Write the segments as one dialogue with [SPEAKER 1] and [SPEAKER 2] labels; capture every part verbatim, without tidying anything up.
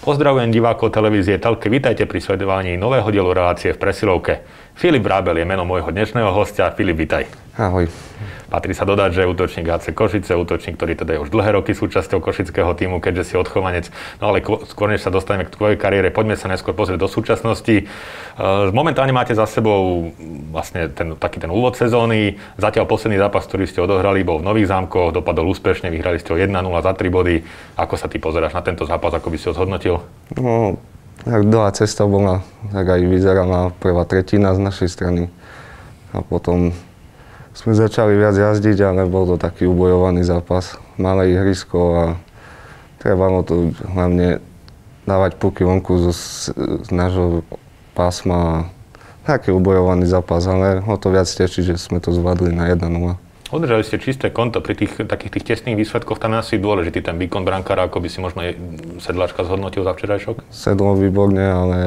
[SPEAKER 1] Pozdravujem divákov televízie Telke, vítajte pri sledovaní nového dielu relácie v presilovke. Filip Vrábel je meno môjho dnešného hostia. Filip, vítaj.
[SPEAKER 2] Ahoj.
[SPEAKER 1] Patrí sa dodať, že útočník há cé Košice, útočník, ktorý teda je už dlhé roky súčasťou košického tímu, keďže si odchovanec. No ale skôr než sa dostaneme k tvojej kariére, poďme sa najskôr pozrieť do súčasnosti. Momentálne máte za sebou vlastne ten, taký ten úvod sezóny. Zatiaľ posledný zápas, ktorý ste odohrali, bol v Nových Zámkoch, dopadol úspešne, vyhrali ste o jedna nula za tri body. Ako sa ty pozeráš na tento zápas, ako by si ho zhodnotil?
[SPEAKER 2] No, tak dlhá cesta bola, tak aj vyzerala prvá tretina z našej strany. A potom sme začali viac jazdiť, ale bol to taký ubojovaný zápas. Malé ihrisko a trebalo to hlavne dávať puky vonku zo, z nášho pásma. Taký ubojovaný zápas, ale o to viac teší, že sme to zvládli na jedna nula.
[SPEAKER 1] Udržali ste čisté konto, pri tých takých tých tesných výsledkoch tam je asi dôležitý ten výkon brankára, ako by si možno Sedláčka zhodnotil za včerajšok?
[SPEAKER 2] Sedlo výborne, ale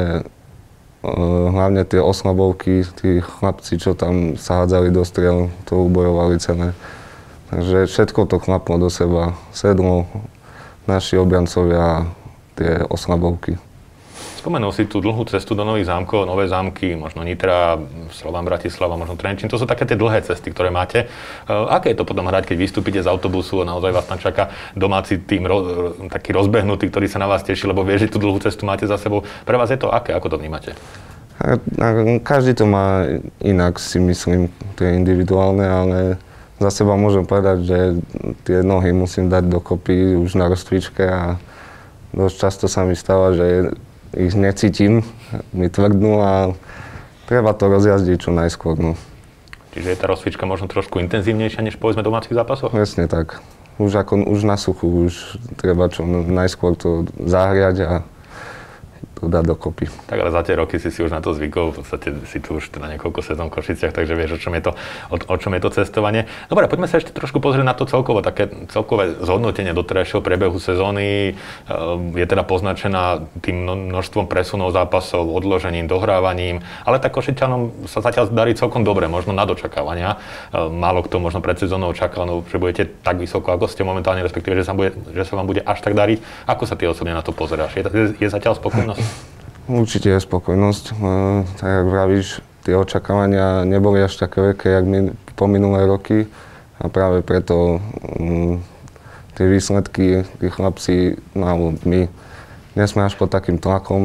[SPEAKER 2] hlavne tie oslabovky, tí chlapci, čo tam sa hádzali do striel, to ubojovali celé. Takže všetko to chlaplo do seba. Sedlo, naši obrancovia, tie oslabovky.
[SPEAKER 1] Spomenul si tú dlhú cestu do Nových Zámkov, Nové Zámky, možno Nitra, Slovan Bratislava, možno Trenčín. To sú také tie dlhé cesty, ktoré máte. Aké je to potom hrať, keď vystúpite z autobusu a naozaj vás tam čaká domáci tým ro- taký rozbehnutý, ktorý sa na vás teší, lebo vie, že tú dlhú cestu máte za sebou. Pre vás je to aké? Ako to vnímate?
[SPEAKER 2] A, a, každý to má inak, si myslím, to je individuálne, ale za seba môžem povedať, že tie nohy musím dať dokopy už na rozcvičke a dosť často sa mi stáva, že ich necítim, mi tvrdnú a treba to rozjazdiť čo najskôr. No.
[SPEAKER 1] Čiže je tá rozcvička možno trošku intenzívnejšia než povedzme v domácich zápasoch?
[SPEAKER 2] Presne tak. Už, ako, už na suchu, už treba čo najskôr to zahriať a to dať dokopy.
[SPEAKER 1] Tak ale za tie roky si si už na to zvykol, v podstate si tu už teda niekoľko sezón v Košiciach, takže vieš, o čom je to, o, o čom je to cestovanie. Dobre, poďme sa ešte trošku pozrieť na to celkovo, také celkové zhodnotenie doterajšieho priebehu sezóny. Je teda poznačená tým množstvom presunov zápasov, odložením, dohrávaním, ale tak Košičanom sa zatiaľ darí celkom dobre, možno nad očakávania. Málo kto možno pred sezónou čakal, no, že budete tak vysoko, ako ste momentálne, respektíve, že sa, bude, že sa vám bude až tak dariť. Ako sa ty osobne na to pozeráš? Je, je, je zatiaľ spokojnosť?
[SPEAKER 2] Určite je spokojnosť. Tak jak vravíš, tie očakávania neboli až také veľké, jak my po minulé roky a práve preto um, tie výsledky, tí chlapci, no my, nie sme až pod takým tlakom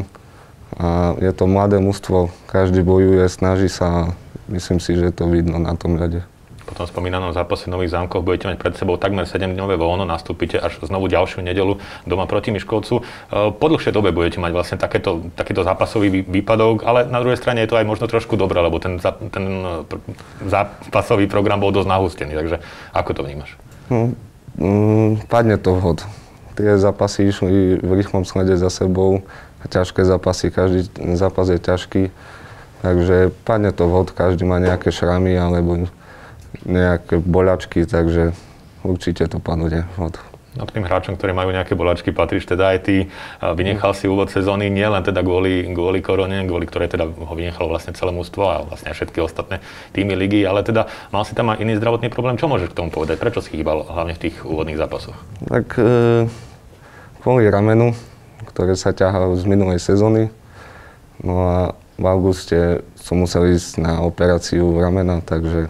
[SPEAKER 2] a je to mladé mužstvo, každý bojuje, snaží sa a myslím si, že to vidno na tom ľade.
[SPEAKER 1] Po tom spomínanom zápase v Nových Zámkoch budete mať pred sebou takmer sedemdňové voľno, nastúpite až znovu ďalšiu nedeľu doma proti Miškovcu. Po dlhšej dobe budete mať vlastne takéto, takýto zápasový výpadok, ale na druhej strane je to aj možno trošku dobré, lebo ten, ten zápasový program bol dosť nahustený, takže ako to vnímaš?
[SPEAKER 2] No, um, padne to vhod. Tie zápasy išli v rýchlom slede za sebou, ťažké zápasy, každý zápas je ťažký, takže padne to vhod, každý má nejaké šramy alebo nejaké boľačky, takže určite to padne vhod.
[SPEAKER 1] No k tým hráčom, ktorí majú nejaké boľačky, patríš teda aj ty. Vynechal si úvod sezóny nie len teda kvôli, kvôli korone, kvôli ktorej teda ho vynechalo vlastne celé mužstvo a vlastne aj všetky ostatné týmy ligy, ale teda mal si tam aj iný zdravotný problém. Čo môžeš k tomu povedať? Prečo si chýbal hlavne v tých úvodných zápasoch?
[SPEAKER 2] Tak e, kvôli ramenu, ktoré sa ťahalo z minulej sezóny. No a v auguste som musel ísť na operáciu ramena, takže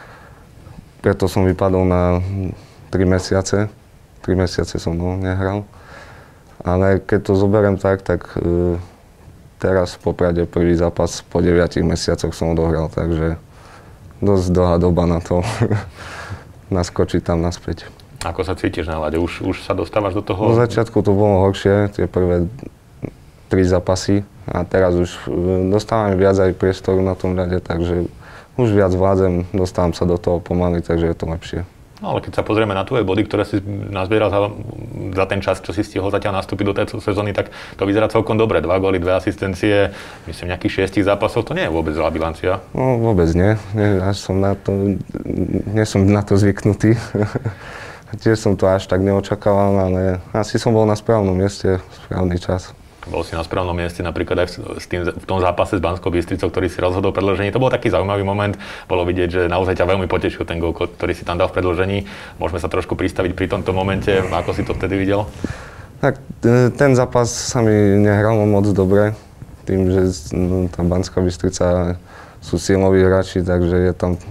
[SPEAKER 2] preto som vypadol na tri mesiace. tri mesiace som no, nehral. Ale keď to zoberiem tak, tak e, teraz v Poprade prvý zápas po deviatich mesiacoch som odohral, takže dosť dlhá doba na to naskočiť tam naspäť.
[SPEAKER 1] Ako sa cítiš na ľade? Už, už sa dostávaš do toho?
[SPEAKER 2] Do začiatku to bolo horšie, tie prvé tri zápasy a teraz už dostávam viac aj priestoru na tom ľade, takže už viac vládzem, dostávam sa do toho pomaly, takže je to lepšie.
[SPEAKER 1] No ale keď sa pozrieme na tvoje body, ktoré si nazbieral za, za ten čas, čo si stihol zatiaľ nastúpiť do tejto sezóny, tak to vyzerá celkom dobre. Dva góly, dve asistencie, myslím nejakých šiestich zápasov, to nie je vôbec zlá bilancia.
[SPEAKER 2] No vôbec nie, nie až som na to, nie som na to zvyknutý. Tiež som to až tak neočakával, ale asi som bol na správnom mieste, správny čas.
[SPEAKER 1] Bol si na správnom mieste napríklad aj v, s tým, v tom zápase s Banskou Bystricou, ktorý si rozhodol v predĺžení. To bol taký zaujímavý moment. Bolo vidieť, že naozaj ťa veľmi potešil ten gól, ktorý si tam dal v predĺžení. Môžeme sa trošku pristaviť pri tomto momente. Ako si to vtedy videl?
[SPEAKER 2] Tak ten zápas sa mi nehral moc dobre, tým, že no, tá Banská Bystrica sú siloví hráči, takže je tam...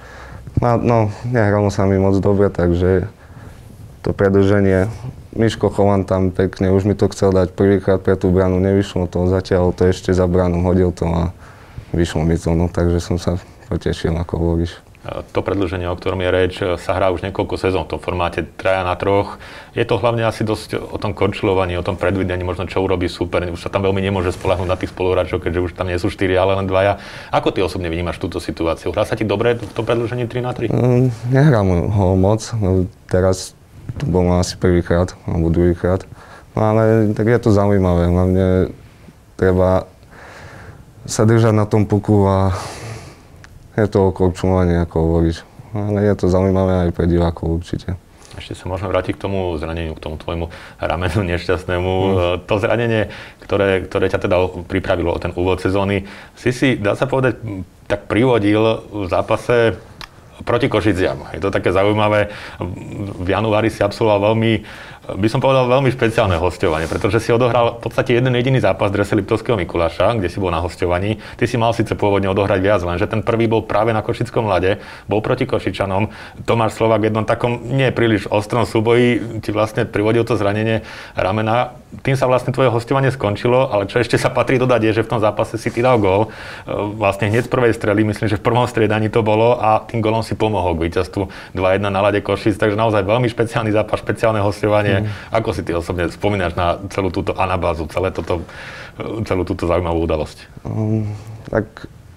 [SPEAKER 2] No, nehralo sa mi moc dobre, takže to predĺženie. Miško Chovan tam pekne, už mi to chcel dať prvýkrát pre tú bránu, nevyšlo to, zatiaľ to ešte za bránu, hodil to a vyšlo mi to, no, takže som sa potešil, ako hovoríš.
[SPEAKER 1] To predĺženie, o ktorom je reč, sa hrá už niekoľko sezón v tom formáte traja na troch. Je to hlavne asi dosť o tom končilovaní, o tom predvídaní, možno čo urobí super. Už sa tam veľmi nemôže spoľahnúť na tých spoluhráčov, keďže už tam nie sú štyri, ale len dvaja. Ako ty osobne vnímaš túto situáciu? Hrá sa ti dobre v tom predĺžení tri na tri?
[SPEAKER 2] Mm, nehrám ho moc. No, teraz to bolo asi prvýkrát, alebo druhýkrát. No ale tak je to zaujímavé. Hlavne treba sa držať na tom puku a je to okorčľovanie, ako hovoríš. Ale je to zaujímavé aj pre divákov určite.
[SPEAKER 1] Ešte sa môžeme vrátiť k tomu zraneniu, k tomu tvojmu ramenu nešťastnému. Mm. To zranenie, ktoré, ktoré ťa teda pripravilo o ten úvod sezóny, si si, dá sa povedať, tak privodil v zápase proti Košiciam. Je to také zaujímavé. V januári si absolvoval veľmi, by som povedal, veľmi špeciálne hosťovanie, pretože si odohral v podstate jeden jediný zápas drese Liptovského Mikuláša, kde si bol na hosťovaní. Ty si mal síce pôvodne odohrať viac, lenže ten prvý bol práve na Košickom ľade, bol proti Košičanom. Tomáš Slovák v jednom takom nie príliš ostrom súboji ti vlastne privodil to zranenie ramena. Tým sa vlastne tvoje hosťovanie skončilo, ale čo ešte sa patrí dodať je, že v tom zápase si ty dal gól. Vlastne hneď z prvej strely, myslím, že v prvom striedaní to bolo a tým gólom si pomohol k víťazstvu dva jedna na ľade Košic, takže naozaj veľmi špeciálny zápas, špeciálne hosťovanie. Mm. Ako si ty osobne spomínaš na celú túto anabázu, celé toto, celú túto zaujímavú udalosť?
[SPEAKER 2] Um, tak,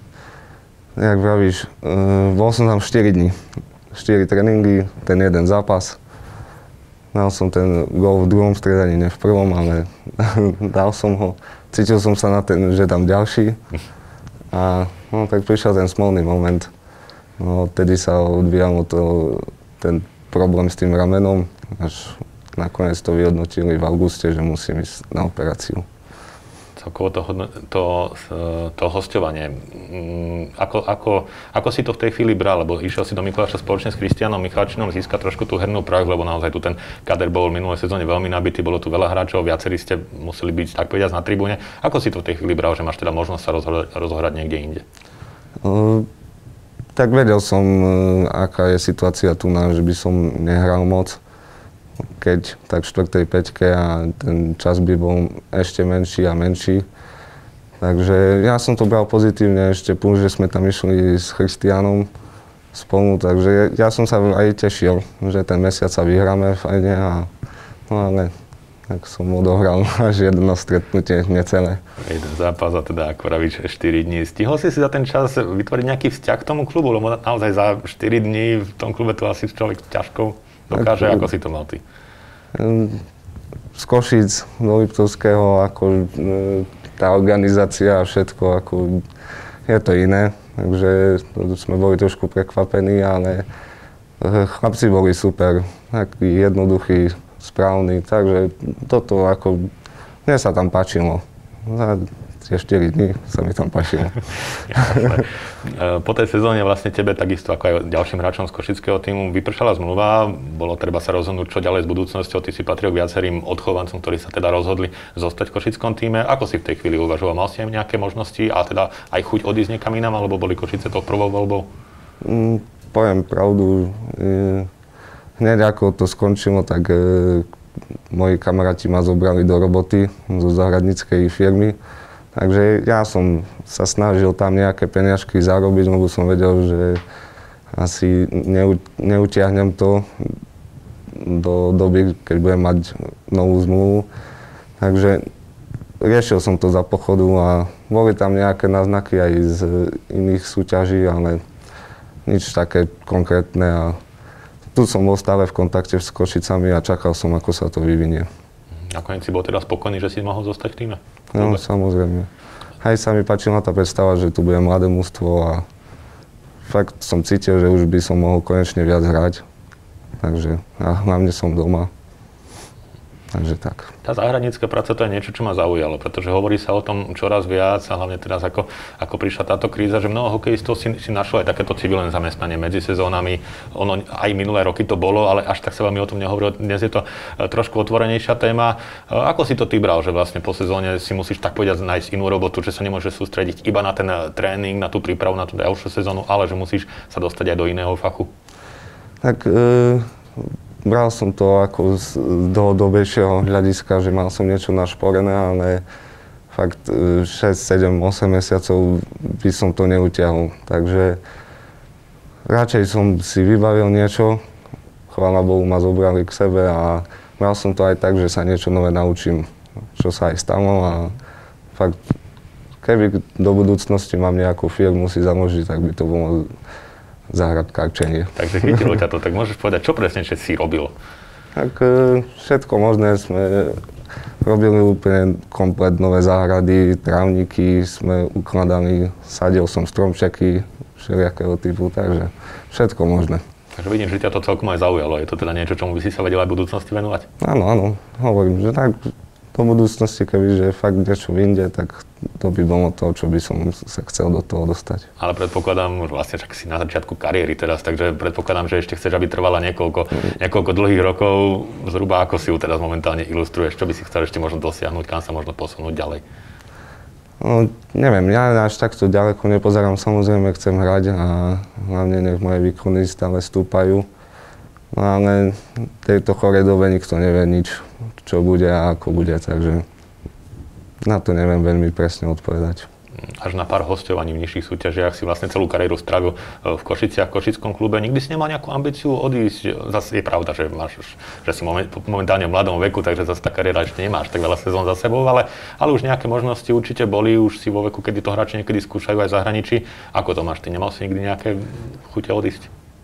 [SPEAKER 2] jak vravíš, uh, bol som tam štyri dni. štyri tréningy, ten jeden zápas. Dal som ten gól v druhom striedaní, ne v prvom, ale dal som ho. Cítil som sa na ten, že dám ďalší. A no, tak prišiel ten smolný moment. No, vtedy sa odvíjalo to, ten problém s tým ramenom, až nakoniec to vyhodnotili v auguste, že musím ísť na operáciu.
[SPEAKER 1] Celkovo to, to, to hosťovanie, ako, ako, ako si to v tej chvíli bral? Lebo išiel si do Mikuláša spoločne s Kristianom Michalčinom získať trošku tú hernú prax, lebo naozaj tu ten kader bol v minulej sezóne veľmi nabitý, bolo tu veľa hráčov, viacerí ste museli byť, tak povediať, na tribúne. Ako si to v tej chvíli bral, že máš teda možnosť sa rozohrať, rozohrať niekde inde? Uh,
[SPEAKER 2] tak vedel som, aká je situácia tu, že by som nehral moc. Keď tak v štvrtej päťke a ten čas by bol ešte menší a menší. Takže ja som to bral pozitívne, ešte plus, že sme tam išli s Christianom spolu, takže ja som sa aj tešil, že ten mesiac sa vyhráme fajne a no ale tak som odohral až jedno stretnutie, necelé.
[SPEAKER 1] Jeden zápas a teda, ako vravíš, štyri dní. Stihol si si za ten čas vytvoriť nejaký vzťah k tomu klubu, lebo naozaj za štyri dní v tom klube to asi človek ťažko dokáže, tak, ako si to mal ty?
[SPEAKER 2] Z Košíc do Liptovského, ako tá organizácia a všetko, ako je to iné. Takže sme boli trošku prekvapení, ale chlapci boli super, takí jednoduchí, správni, takže toto ako, mne sa tam páčilo. Za tie štyri dní sa mi tam páčilo.
[SPEAKER 1] Po tej sezóne vlastne tebe, takisto ako aj ďalším hráčom z košického tímu, vypršala zmluva, bolo treba sa rozhodnúť, čo ďalej s budúcnosťou. Ty si patril k viacerým odchovancom, ktorí sa teda rozhodli zostať v košickom tíme. Ako si v tej chvíli uvažoval? Mal si aj nejaké možnosti a teda aj chuť odísť niekam inám, alebo boli Košice tou prvou voľbou?
[SPEAKER 2] Mm, poviem pravdu, e, hneď ako to skončilo, tak e, moji kamaráti ma zobrali do roboty zo záhradníckej firmy. Takže ja som sa snažil tam nejaké peniažky zarobiť, lebo som vedel, že asi neu, neutiahnem to do doby, keď budem mať novú zmluvu. Takže riešil som to za pochodu a boli tam nejaké náznaky aj z iných súťaží, ale nič také konkrétne. A tu som bol stále v kontakte s Košicami a čakal som, ako sa to vyvinie.
[SPEAKER 1] Nakoniec si bol teda spokojný, že si mohol zostať v tíme?
[SPEAKER 2] No, samozrejme. Aj sa mi páčila tá predstava, že tu bude mladé mužstvo a fakt som cítil, že už by som mohol konečne viac hrať. Takže a hlavne som doma. Takže tak.
[SPEAKER 1] Tá záhradnícka práca to je niečo, čo ma zaujalo, pretože hovorí sa o tom čoraz viac a hlavne teraz ako, ako prišla táto kríza, že mnoho hokejistov si, si našlo aj takéto civilné zamestnanie medzi sezónami. Ono aj minulé roky to bolo, ale až tak sa veľmi o tom nehovorilo. Dnes je to trošku otvorenejšia téma. Ako si to ty bral, že vlastne po sezóne si musíš tak povedať nájsť inú robotu, že sa nemôžeš sústrediť iba na ten tréning, na tú prípravu, na tú ďalšiu sezónu, ale že musíš sa dostať aj do iného fachu?
[SPEAKER 2] Tak e, bral som to ako z dlhodobejšieho hľadiska, že mal som niečo našporené, ale fakt šesť, sedem, osem mesiacov by som to neutiahol. Takže radšej som si vybavil niečo, chvála Bohu ma zobrali k sebe a bral som to aj tak, že sa niečo nové naučím, čo sa aj stalo a fakt, keby do budúcnosti mám nejakú firmu si založiť, tak by to bolo záhradkárčenie.
[SPEAKER 1] Takže chytilo ťa to, tak môžeš povedať, čo presne že si robil?
[SPEAKER 2] Tak všetko možné sme robili úplne komplet nové záhrady, trávniky sme ukladali, sadil som stromčeky všelijakého typu, takže všetko možné.
[SPEAKER 1] Takže vidím, že ťa to celkom aj zaujalo. Je to teda niečo, čomu by si sa vedel aj v budúcnosti venovať?
[SPEAKER 2] Áno, áno, hovorím, že tak do budúcnosti, kebyže fakt niečo vyjde, tak to by bolo to, čo by som sa chcel do toho dostať.
[SPEAKER 1] Ale predpokladám, že vlastne však si na začiatku kariéry teraz, takže predpokladám, že ešte chceš, aby trvala niekoľko, niekoľko dlhých rokov. Zhruba ako si ju teraz momentálne ilustruješ? Čo by si chcel ešte možno dosiahnuť? Kam sa možno posunúť ďalej?
[SPEAKER 2] No, neviem, ja až takto ďaleko nepozerám. Samozrejme chcem hrať a hlavne nech moje výkony stále stúpajú. No ale v tejto chorej dobe nikto nevie nič, čo bude a ako bude, takže na to neviem veľmi presne odpovedať.
[SPEAKER 1] Až na pár hosťovaní v nižších súťažiach si vlastne celú kariéru strávil v Košiciach, v Košickom klube. Nikdy si nemal nejakú ambíciu odísť? Zase je pravda, že, máš, že si momentálne v mladom veku, takže zase tá kariéra ešte nemáš tak veľa sezón za sebou, ale, ale už nejaké možnosti určite boli, už si vo veku, kedy to hráči niekedy skúšajú aj v zahraničí. Ako to máš? Ty nemal si nikdy nejaké chute odísť?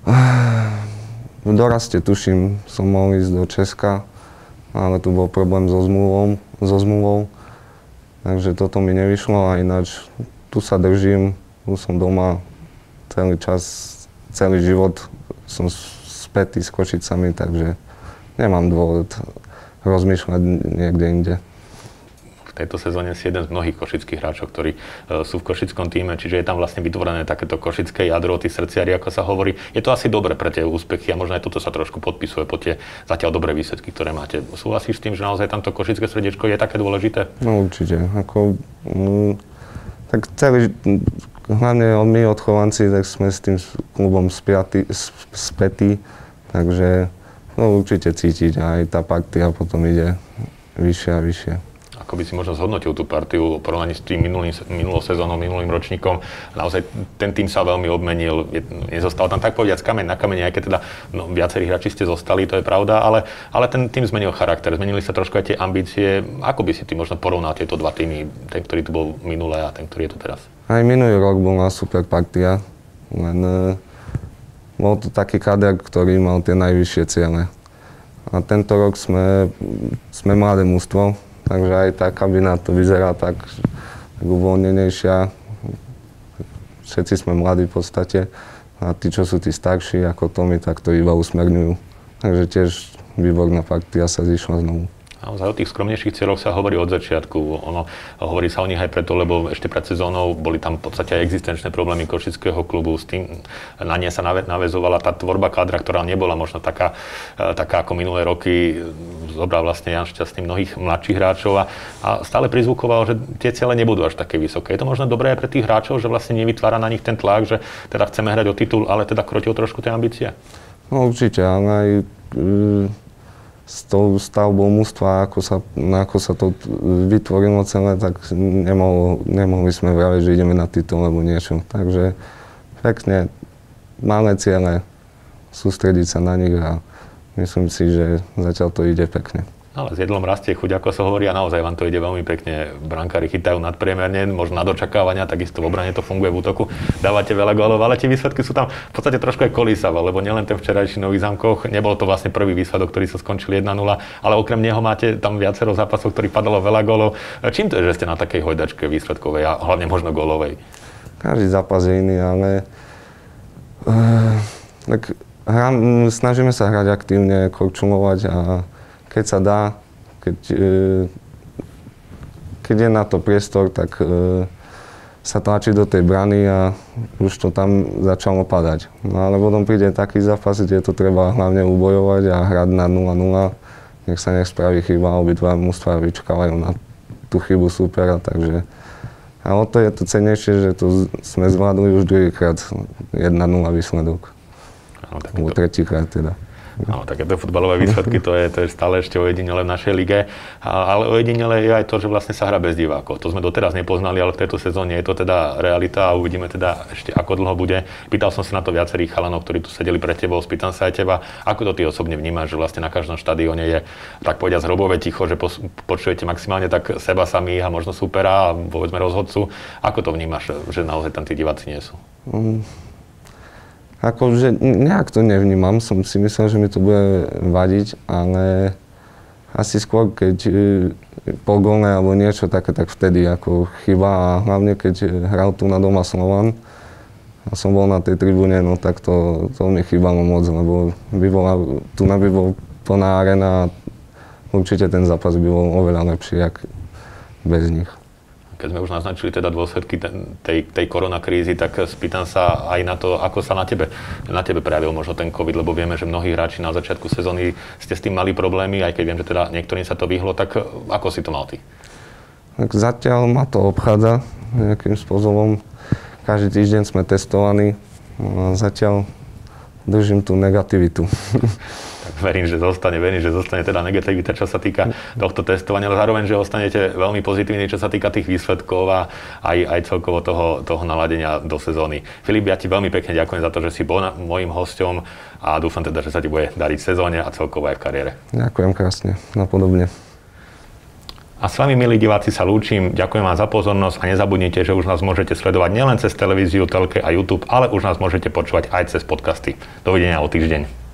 [SPEAKER 2] V doraste, tuším, som mohol ísť do Česka, ale tu bol problém so zmluvou, so zmluvou. Takže toto mi nevyšlo a ináč tu sa držím, tu som doma celý čas, celý život som spätý s Košicami, takže nemám dôvod rozmýšľať niekde inde.
[SPEAKER 1] V tejto sezóne si jeden z mnohých košických hráčov, ktorí sú v košickom tíme, čiže je tam vlastne vytvorené takéto košické jadro, tí srdciari, ako sa hovorí. Je to asi dobre pre tie úspechy a možno aj toto sa trošku podpisuje po tie zatiaľ dobré výsledky, ktoré máte. Súhlasíš s tým, že naozaj tamto košické srdiečko je také dôležité?
[SPEAKER 2] No určite. Ako, mm, tak celý, hlavne my odchovanci, tak sme s tým klubom spiatí, spätí, takže no určite cítiť aj tá partia potom ide vyššie a vyššie.
[SPEAKER 1] Ako by si možno zhodnotil tú partiu v porovnaní s tým minulým, minulou sezónou, minulým ročníkom. Naozaj ten tým sa veľmi obmenil. Je, nezostal tam tak povedať kameň na kamene, aj keď teda no, viacerí hráči ste zostali, to je pravda, ale, ale ten tým zmenil charakter, zmenili sa trošku aj tie ambície. Ako by si ty možno porovnal tieto dva týmy, ten, ktorý tu bol minulé a ten, ktorý je tu teraz?
[SPEAKER 2] Aj minulý rok bola super partia, len e, bol to taký kader, ktorý mal tie najvyššie ciele. A tento rok sme, sme mladé mužstvo. Takže aj tá kabina to vyzerá tak, tak uvoľnenejšia. Všetci sme mladí v podstate a tí, čo sú tí starší ako Tomi, tak to iba usmerňujú. Takže tiež výborná partia sa zišla znovu.
[SPEAKER 1] Naozaj o tých skromnejších cieľoch sa hovorí od začiatku. Ono, hovorí sa o nich aj preto, lebo ešte pred sezónou boli tam v podstate aj existenčné problémy košického klubu. S tým na ne sa naväzovala tá tvorba kádra, ktorá nebola možno taká, taká ako minulé roky. Zobral vlastne Jan Šťastný mnohých mladších hráčov a, a stále prizvukoval, že tie ciele nebudú až také vysoké. Je to možno dobré aj pre tých hráčov, že vlastne nevytvára na nich ten tlak, že teda chceme hrať o titul, ale teda krotil trošku tie ambície? No
[SPEAKER 2] určite, ale aj e- s tou stavbou mužstva, ako sa, ako sa to vytvorilo celé, tak nemohol, nemohli sme vraviť, že ideme na titul alebo niečo. Takže pekne, malé ciele, sústrediť sa na nich a myslím si, že zatiaľ to ide pekne.
[SPEAKER 1] Ale s jedlom rastie chuť, ako sa hovorí, a naozaj vám to ide veľmi pekne. Brankári chytajú nadpriemerne, možno nad očakávania, takisto v obrane to funguje, v útoku dávate veľa gólov, ale tie výsledky sú tam v podstate trošku aj kolísavé, lebo nielen ten včerajší Nový Zámkoch, nebol to vlastne prvý výsledok, ktorý sa skončil jedna nula, ale okrem neho máte tam viacero zápasov, ktorých padalo veľa gólov. Čím to je, že ste na takej hojdačke výsledkovej a hlavne možno gólovej?
[SPEAKER 2] Každý zápas je iný, ale uh, tak hram, snažíme sa hrať aktívne, korčulovať a keď sa dá, keď, keď je na to priestor, tak sa tlačí do tej brany a už to tam začalo padať. No ale potom príde taký zápas, kde to treba hlavne ubojovať a hrať na nula nula. Nech sa nespraví chyba, obidva mužstvá vyčkávajú na tú chybu supera, takže a o to je to cennejšie, že to sme zvládli už druhýkrát jedna nula výsledok.
[SPEAKER 1] Áno,
[SPEAKER 2] Alebo tretíkrát teda.
[SPEAKER 1] Áno, takéto futbalové výsledky, to je, to je stále ešte ojedinele v našej lige, a, ale ojedinele je aj to, že vlastne sa hra bez divákov. To sme doteraz nepoznali, ale v tejto sezóne je to teda realita a uvidíme teda ešte ako dlho bude. Pýtal som sa na to viacerých chalanov, ktorí tu sedeli pred tebou, spýtam sa aj teba, ako to ty osobne vnímaš, že vlastne na každom štadióne je, tak povediať, hrobové ticho, že pos, počujete maximálne tak seba samých a možno supera a povedzme rozhodcu. Ako to vnímaš, že naozaj tam tí diváci nie sú?
[SPEAKER 2] Mm. Akože nejak to nevnímam, som si myslel, že mi to bude vadiť, ale asi skôr, keď po góle alebo niečo také, tak vtedy ako chyba a hlavne keď hral tu na doma Slovan a som bol na tej tribúne, no tak to, to mi chýbalo moc, lebo by bola, tu na by bol plná arena a určite ten zápas by bol oveľa lepší, jak bez nich.
[SPEAKER 1] Keď sme už naznačili teda dôsledky tej, tej koronakrízy, tak spýtam sa aj na to, ako sa na tebe, na tebe prejavil možno ten COVID, lebo vieme, že mnohí hráči na začiatku sezóny ste s tým mali problémy, aj keď viem, že teda niektorým sa to vyhlo, tak ako si to mal ty?
[SPEAKER 2] Tak zatiaľ ma to obchádza nejakým spôsobom. Každý týždeň sme testovaní a zatiaľ držím tú negativitu.
[SPEAKER 1] Tak verím, že zostane, verím, že zostane teda negativita, čo sa týka tohto testovania, ale zároveň, že ostanete veľmi pozitívni, čo sa týka tých výsledkov a aj, aj celkovo toho, toho naladenia do sezóny. Filip, ja ti veľmi pekne ďakujem za to, že si bol na, mojím hosťom a dúfam teda, že sa ti bude dariť v sezóne a celkovo aj v kariére. Ďakujem krásne, napodobne. A s vami, milí diváci, sa lúčim. Ďakujem vám za pozornosť a nezabudnite, že už nás môžete sledovať nielen cez televíziu, telke a YouTube, ale už nás môžete počúvať aj cez podcasty. Dovidenia o týždeň.